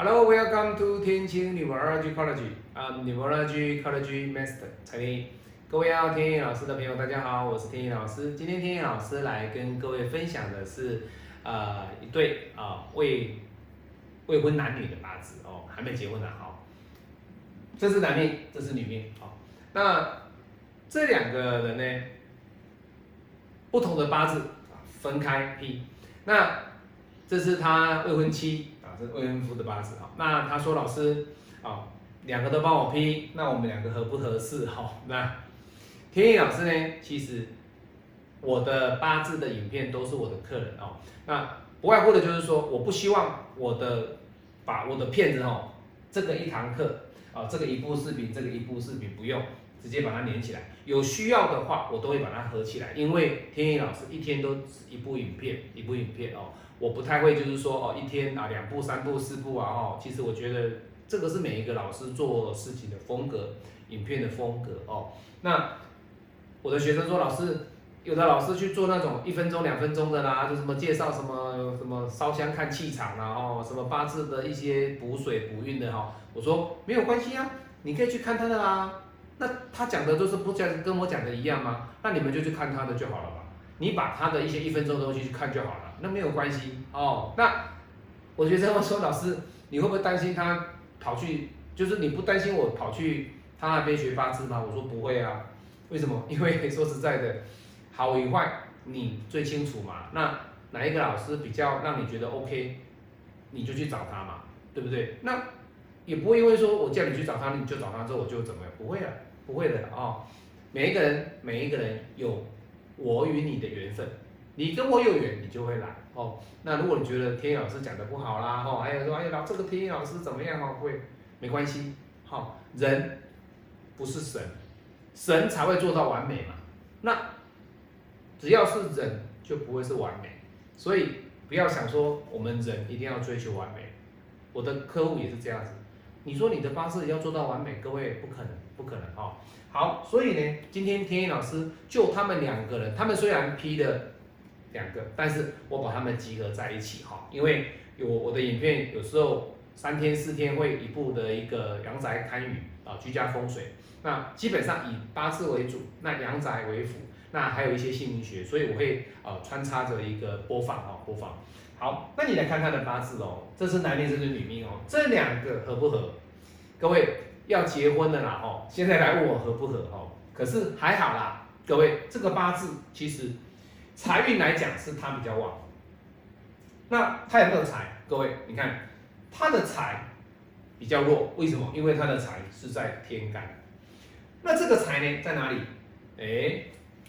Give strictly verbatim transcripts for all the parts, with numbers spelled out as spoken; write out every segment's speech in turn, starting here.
Hello, welcome to 天晴 Numerology College. I'm Numerology College Master 蔡天意。各位要天意老师的朋友，大家好，我是天意老师。今天天意老师来跟各位分享的是，呃，一对啊、呃、未未婚男女的八字哦，还没结婚的哈、哦。这是男命，这是女命哦。那这两个人呢，不同的八字分开批。那这是他未婚妻。这是未婚夫的八字哈，那他说老师啊，两个都帮我批，那我们两个合不合适哈？那天意老师呢，其实我的八字的影片都是我的客人哦，那不外乎的就是说，我不希望我的把我的片子哦，这个一堂课啊，这个一部视频，这个一部视频不用直接把它连起来，有需要的话我都会把它合起来，因为天意老师一天都一部影片，一部影片哦。我不太会，就是说哦，一天啊两部、三部、四部啊哦，其实我觉得这个是每一个老师做事情的风格，影片的风格哦。那我的学生说，老师，有的老师去做那种一分钟、两分钟的啦，就什么介绍什么什么烧香看气场啦哦，什么八字的一些补水补运的哈、哦。我说没有关系啊，你可以去看他的啦。那他讲的都是不讲跟我讲的一样吗？那你们就去看他的就好了吧。你把他的一些一分钟的东西去看就好了，那没有关系哦。那我学生说，老师，你会不会担心他跑去，就是你不担心我跑去他那边学八字吗？我说不会啊，为什么？因为说实在的，好与坏你最清楚嘛。那哪一个老师比较让你觉得 OK， 你就去找他嘛，对不对？那也不会因为说我叫你去找他，你就找他之后我就怎么样？不会了，不会的哦。每一个人，每一个人有我与你的缘分，你跟我有缘，你就会来哦。那如果你觉得天意老师讲的不好啦，哦，还有说，哎呀，这个天意老师怎么样哦？会没关系，好、哦，人不是神，神才会做到完美嘛。那只要是人，就不会是完美，所以不要想说我们人一定要追求完美。我的客户也是这样子，你说你的八字要做到完美，各位不可能，不可能哦。好，所以呢，今天天意老师就他们两个人，他们虽然批了两个，但是我把他们集合在一起哈，因为有我的影片有时候三天四天会一部的一个阳宅堪舆啊，居家风水，那基本上以八字为主，那阳宅为辅，那还有一些姓名学，所以我会呃穿插着一个播放哦，播放。好，那你来看他的八字哦，这是男命，这是女命哦，这两个合不合？各位。要结婚的啦哦，现在来问我合不合哦？可是还好啦，各位，这个八字其实财运来讲是他比较旺。那他有没有财？各位，你看他的财比较弱，为什么？因为他的财是在天干。那这个财呢，在哪里？哎，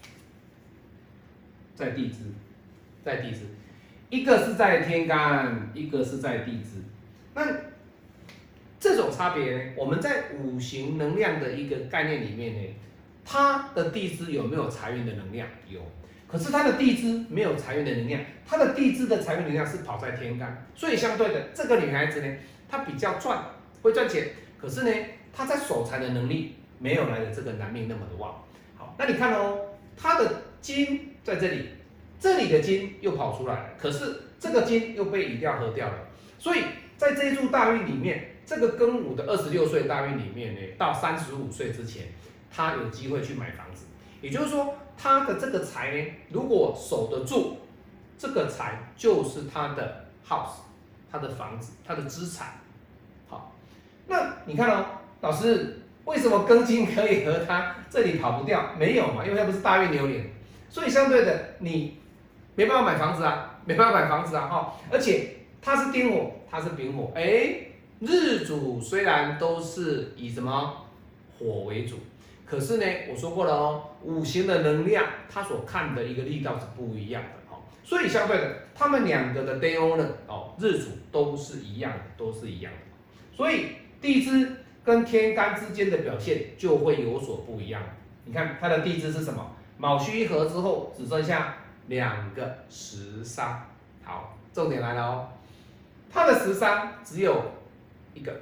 在地支，在地支，一个是在天干，一个是在地支。那这种差别呢，我们在五行能量的一个概念里面呢，它的地支有没有财运的能量？有，可是它的地支没有财运的能量，它的地支的财运能量是跑在天干，所以相对的，这个女孩子呢，她比较赚，会赚钱，可是呢，她在守财的能力没有来的这个男命那么的旺。好，那你看哦，她的金在这里，这里的金又跑出来了，可是这个金又被乙调合掉了，所以在这一柱大运里面。这个庚午的二十六岁大运里面呢，到三十五岁之前，他有机会去买房子。也就是说，他的这个财呢，如果守得住，这个财就是他的 house， 他的房子，他的资产。好，那你看哦，老师，为什么庚金可以和他这里跑不掉？没有嘛，因为他不是大运流年，所以相对的，你没办法买房子啊，没办法买房子啊，哈，而且他是丁火，他是丙火，哎。日主虽然都是以什么火为主，可是呢，我说过了哦，五行的能量，它所看的一个力道是不一样的哦。所以相对的，他们两个的 day owner 哦，日主都是一样的，都是一样的。所以地支跟天干之间的表现就会有所不一样。你看它的地支是什么？卯戌合之后只剩下两个食伤。好，重点来了哦，它的食伤只有。一个，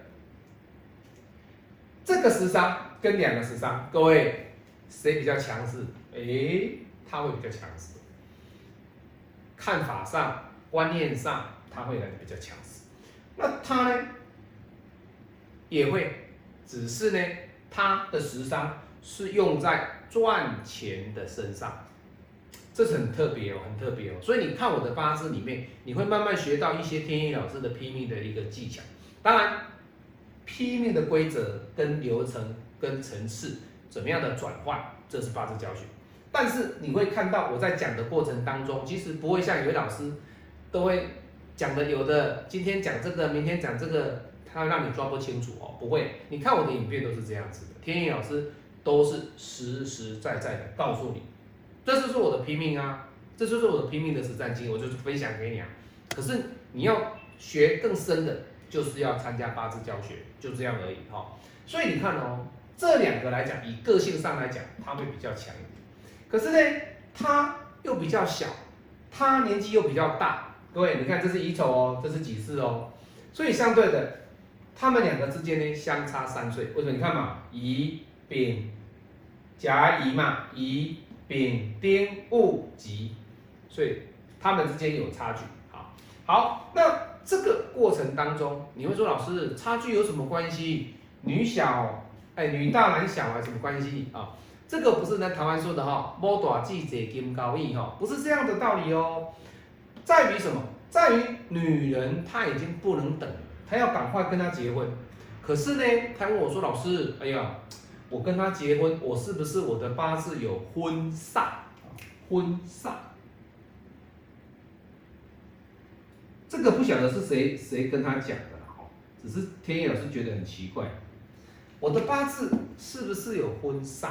这个食伤跟两个食伤，各位谁比较强势？哎，他会比较强势。看法上、观念上，他会来的比较强势。那他呢？ 也会，只是呢，他的食伤是用在赚钱的身上，这是很特别哦，很特别哦。所以你看我的八字里面，你会慢慢学到一些天意老师的批命的一个技巧。当然，批命的规则跟流程跟层次怎么样的转换，这是八字教学。但是你会看到我在讲的过程当中，其实不会像有些老师都会讲的，有的今天讲这个，明天讲这个，他让你抓不清楚哦，不会。你看我的影片都是这样子的，天意老师都是实实在在的告诉你，这就是我的拼命啊，这就是我的拼命的实战经，我就是分享给你啊。可是你要学更深的，就是要参加八字教学，就这样而已哈、哦。所以你看哦，这两个来讲，以个性上来讲，他会比较强一点。可是呢，他又比较小，他年纪又比较大。各位，你看这是乙丑哦，这是己巳哦，所以相对的，他们两个之间呢相差三岁。为什么？你看嘛，乙丙甲乙嘛，乙丙丁戊己，所以他们之间有差距。好，好，那这个过程当中，你会说老师差距有什么关系？女小，哎，女大男小啊，什么关系啊？这个不是在台湾说的哈，摸大记者金高义哈，不是这样的道理哦。在于什么？在于女人她已经不能等了，她要赶快跟他结婚。可是呢，她问我说：“老师，哎呀，我跟他结婚，我是不是我的八字有婚煞？婚煞？这个不晓得是谁谁跟他讲的啦，只是天意老师觉得很奇怪，我的八字是不是有婚煞？”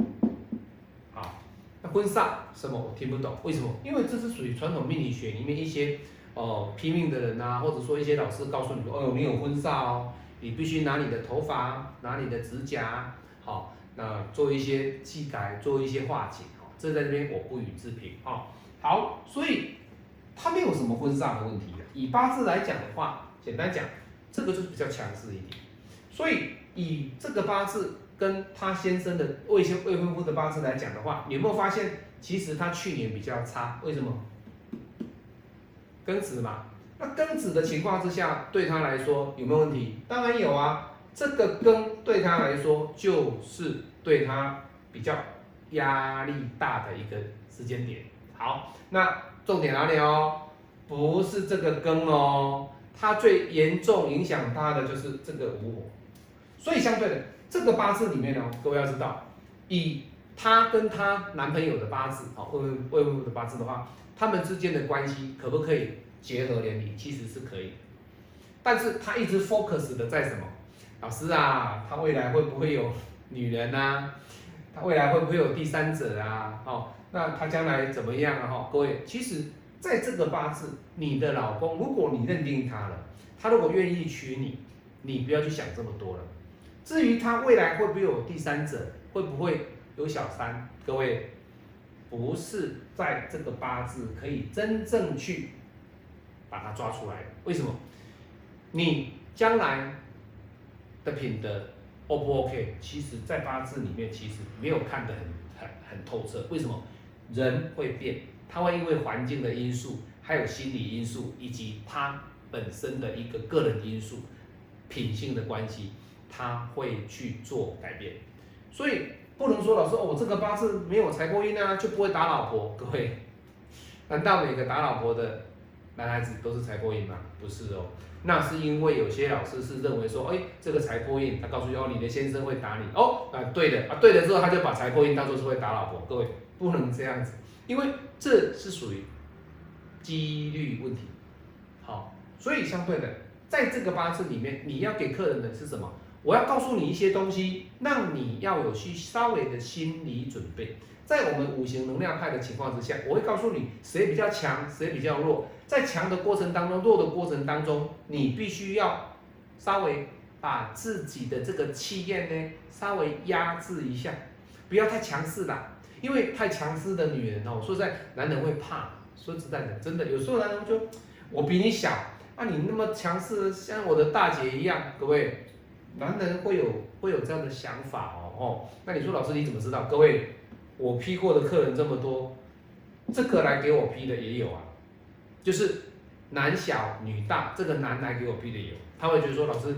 婚煞什么我听不懂，为什么？因为这是属于传统命理学里面一些哦、呃、批命的人啊，或者说一些老师告诉你说，哦，你有婚煞哦，你必须拿你的头发、拿你的指甲，好、哦，那做一些技改，做一些化解，哦，这在这边我不予置评，哦，好，所以他没有什么婚煞的问题的。以八字来讲的话，简单讲，这个就是比较强势一点，所以以这个八字。跟他先生的未先未婚夫的八字来讲的话，你有没有发现，其实他去年比较差？为什么？庚子嘛，那庚子的情况之下，对他来说有没有问题？当然有啊。这个庚对他来说，就是对他比较压力大的一个时间点。好，那重点哪里哦？不是这个庚哦，它最严重影响他的就是这个午火，所以相对的。这个八字里面呢，各位要知道，以她跟她男朋友的八字，好，未婚未婚夫的八字的话，他们之间的关系可不可以结合连理？其实是可以的，但是他一直 focus 的在什么？老师啊，他未来会不会有女人啊？他未来会不会有第三者啊？哦，那他将来怎么样啊？哈，各位，其实在这个八字，你的老公，如果你认定他了，他如果愿意娶你，你不要去想这么多了。至于他未来会不会有第三者，会不会有小三，各位不是在这个八字可以真正去把它抓出来的。为什么？你将来的品德 O 不 OK？ 其实，在八字里面其实没有看得很很很透彻。为什么？人会变，他会因为环境的因素，还有心理因素，以及他本身的一个个人因素、品性的关系。他会去做改变，所以不能说老师哦，我这个八字没有财帛印啊，就不会打老婆。各位，难道每个打老婆的男孩子都是财帛印吗？不是哦，那是因为有些老师是认为说，哎，这个财帛印，他告诉你哦，你的先生会打你哦，啊对的啊对了之后，他就把财帛印当作是会打老婆。各位不能这样子，因为这是属于几率问题。好，所以相对的，在这个八字里面，你要给客人的是什么？我要告诉你一些东西，让你要有去稍微的心理准备。在我们五行能量派的情况之下，我会告诉你谁比较强，谁比较弱。在强的过程当中，弱的过程当中，你必须要稍微把自己的这个气焰呢，稍微压制一下，不要太强势啦。因为太强势的女人哦，说实在，男人会怕。说实在的，真的有时候男人就我比你小，啊你那么强势，像我的大姐一样，各位。男人会有会有这样的想法哦，哦，那你说老师你怎么知道？各位，我批过的客人这么多，这个来给我批的也有啊，就是男小女大，这个男来给我批的也有，他会觉得说老师，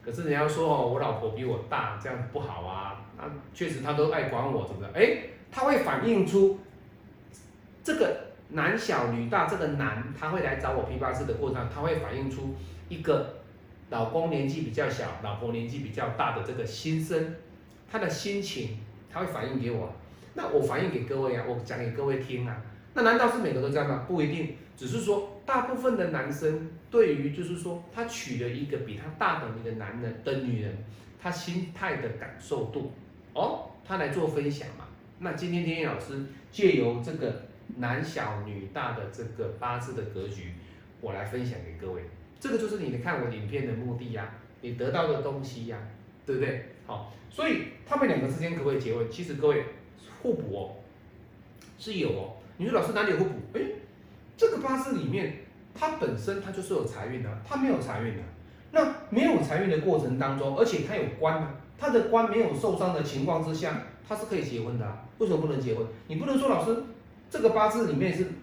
可是人家说哦，我老婆比我大，这样不好啊。那确实她都爱管我，怎么的？哎，他会反映出这个男小女大，这个男他会来找我批八字的过程，他会反映出一个老公年纪比较小，老婆年纪比较大的这个心声，他的心情，他会反映给我。那我反映给各位啊，我讲给各位听啊。那难道是每个都这样吗？不一定，只是说大部分的男生对于就是说他娶了一个比他大的一个男人的女人，他心态的感受度，哦，他来做分享嘛。那今天天天老师借由这个男小女大的这个八字的格局，我来分享给各位。这个就是你看我影片的目的呀、啊，你得到的东西呀、啊，对不对？好，所以他们两个之间可不可以结婚？其实各位互补哦，是有哦。你说老师哪里有互补？哎，这个八字里面，它本身它就是有财运的、啊，它没有财运的、啊。那没有财运的过程当中，而且它有官呢、啊，它的官没有受伤的情况之下，它是可以结婚的、啊。为什么不能结婚？你不能说老师这个八字里面是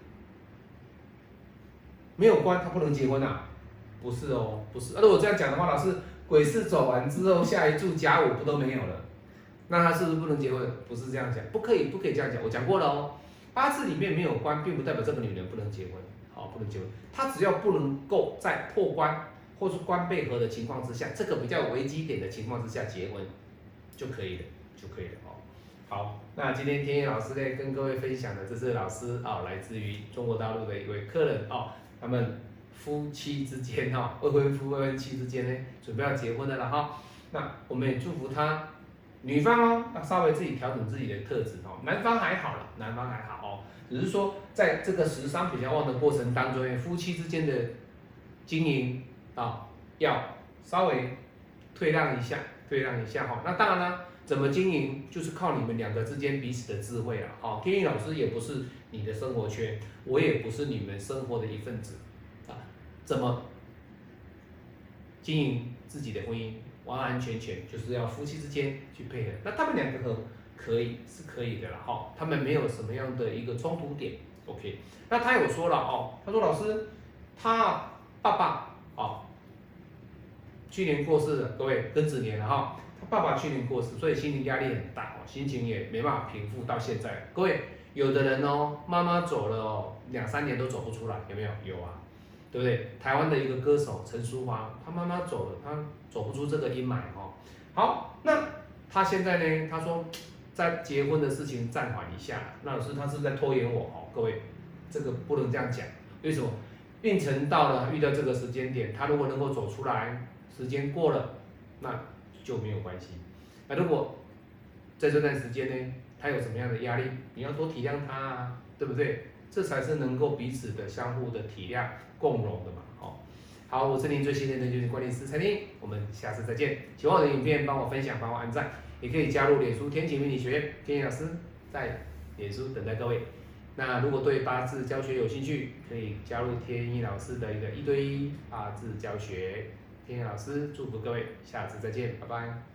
没有官，他不能结婚啊？不是哦，不是。那、啊、如果这样讲的话，老师癸巳走完之后，下一柱甲午不都没有了？那他是不是不能结婚？不是这样讲，不可以，不可以这样讲。我讲过了哦，八字里面没有官，并不代表这个女人不能结婚，好、哦，不能结婚。她只要不能够在破官或是官背合的情况之下，这个比较危机点的情况之下结婚就可以了，就可以了哦。好，那今天天野老师呢跟各位分享的，这是老师啊、哦，来自于中国大陆的一位客人哦，他们夫妻之间哈、哦，未婚夫未婚妻之间呢，准备要结婚的了哈、哦。那我们也祝福他。女方哦，要稍微自己调整自己的特质哦。男方还好了，男方还好哦，只是说在这个食伤比较旺的过程当中，夫妻之间的经营啊、哦，要稍微退让一下，退让一下哈、哦。那当然了，怎么经营就是靠你们两个之间彼此的智慧啊。好、哦，天意老师也不是你的生活圈，我也不是你们生活的一份子啊，怎么经营自己的婚姻？完完全全就是要夫妻之间去配合，那他们两个合可以是可以的啦，哈，他们没有什么样的一个冲突点 ，OK。那他有说了哦，他说老师，他爸爸哦，去年过世了，各位庚子年了哈，他爸爸去年过世，所以心理压力很大哦，心情也没办法平复到现在。各位，有的人哦，妈妈走了哦，两三年都走不出来，有没有？有啊。对不对？台湾的一个歌手陈淑桦，她妈妈走了，她走不出这个阴霾哈。好，那她现在呢？她说在结婚的事情暂缓一下。那老师他是不是在拖延我哦？各位，这个不能这样讲。为什么？运程到了，遇到这个时间点，他如果能够走出来，时间过了，那就没有关系。那如果在这段时间呢，他有什么样的压力，你要多体谅他啊，对不对？这才是能够彼此的相互的体谅共荣的嘛，哦，好，我是您最信任的就是管理师蔡丁，我们下次再见。喜欢我的影片，帮我分享，帮我按赞，也可以加入脸书天晴命理学院，天野老师在脸书等待各位。那如果对八字教学有兴趣，可以加入天一老师的一个一对一八字教学。天野老师祝福各位，下次再见，拜拜。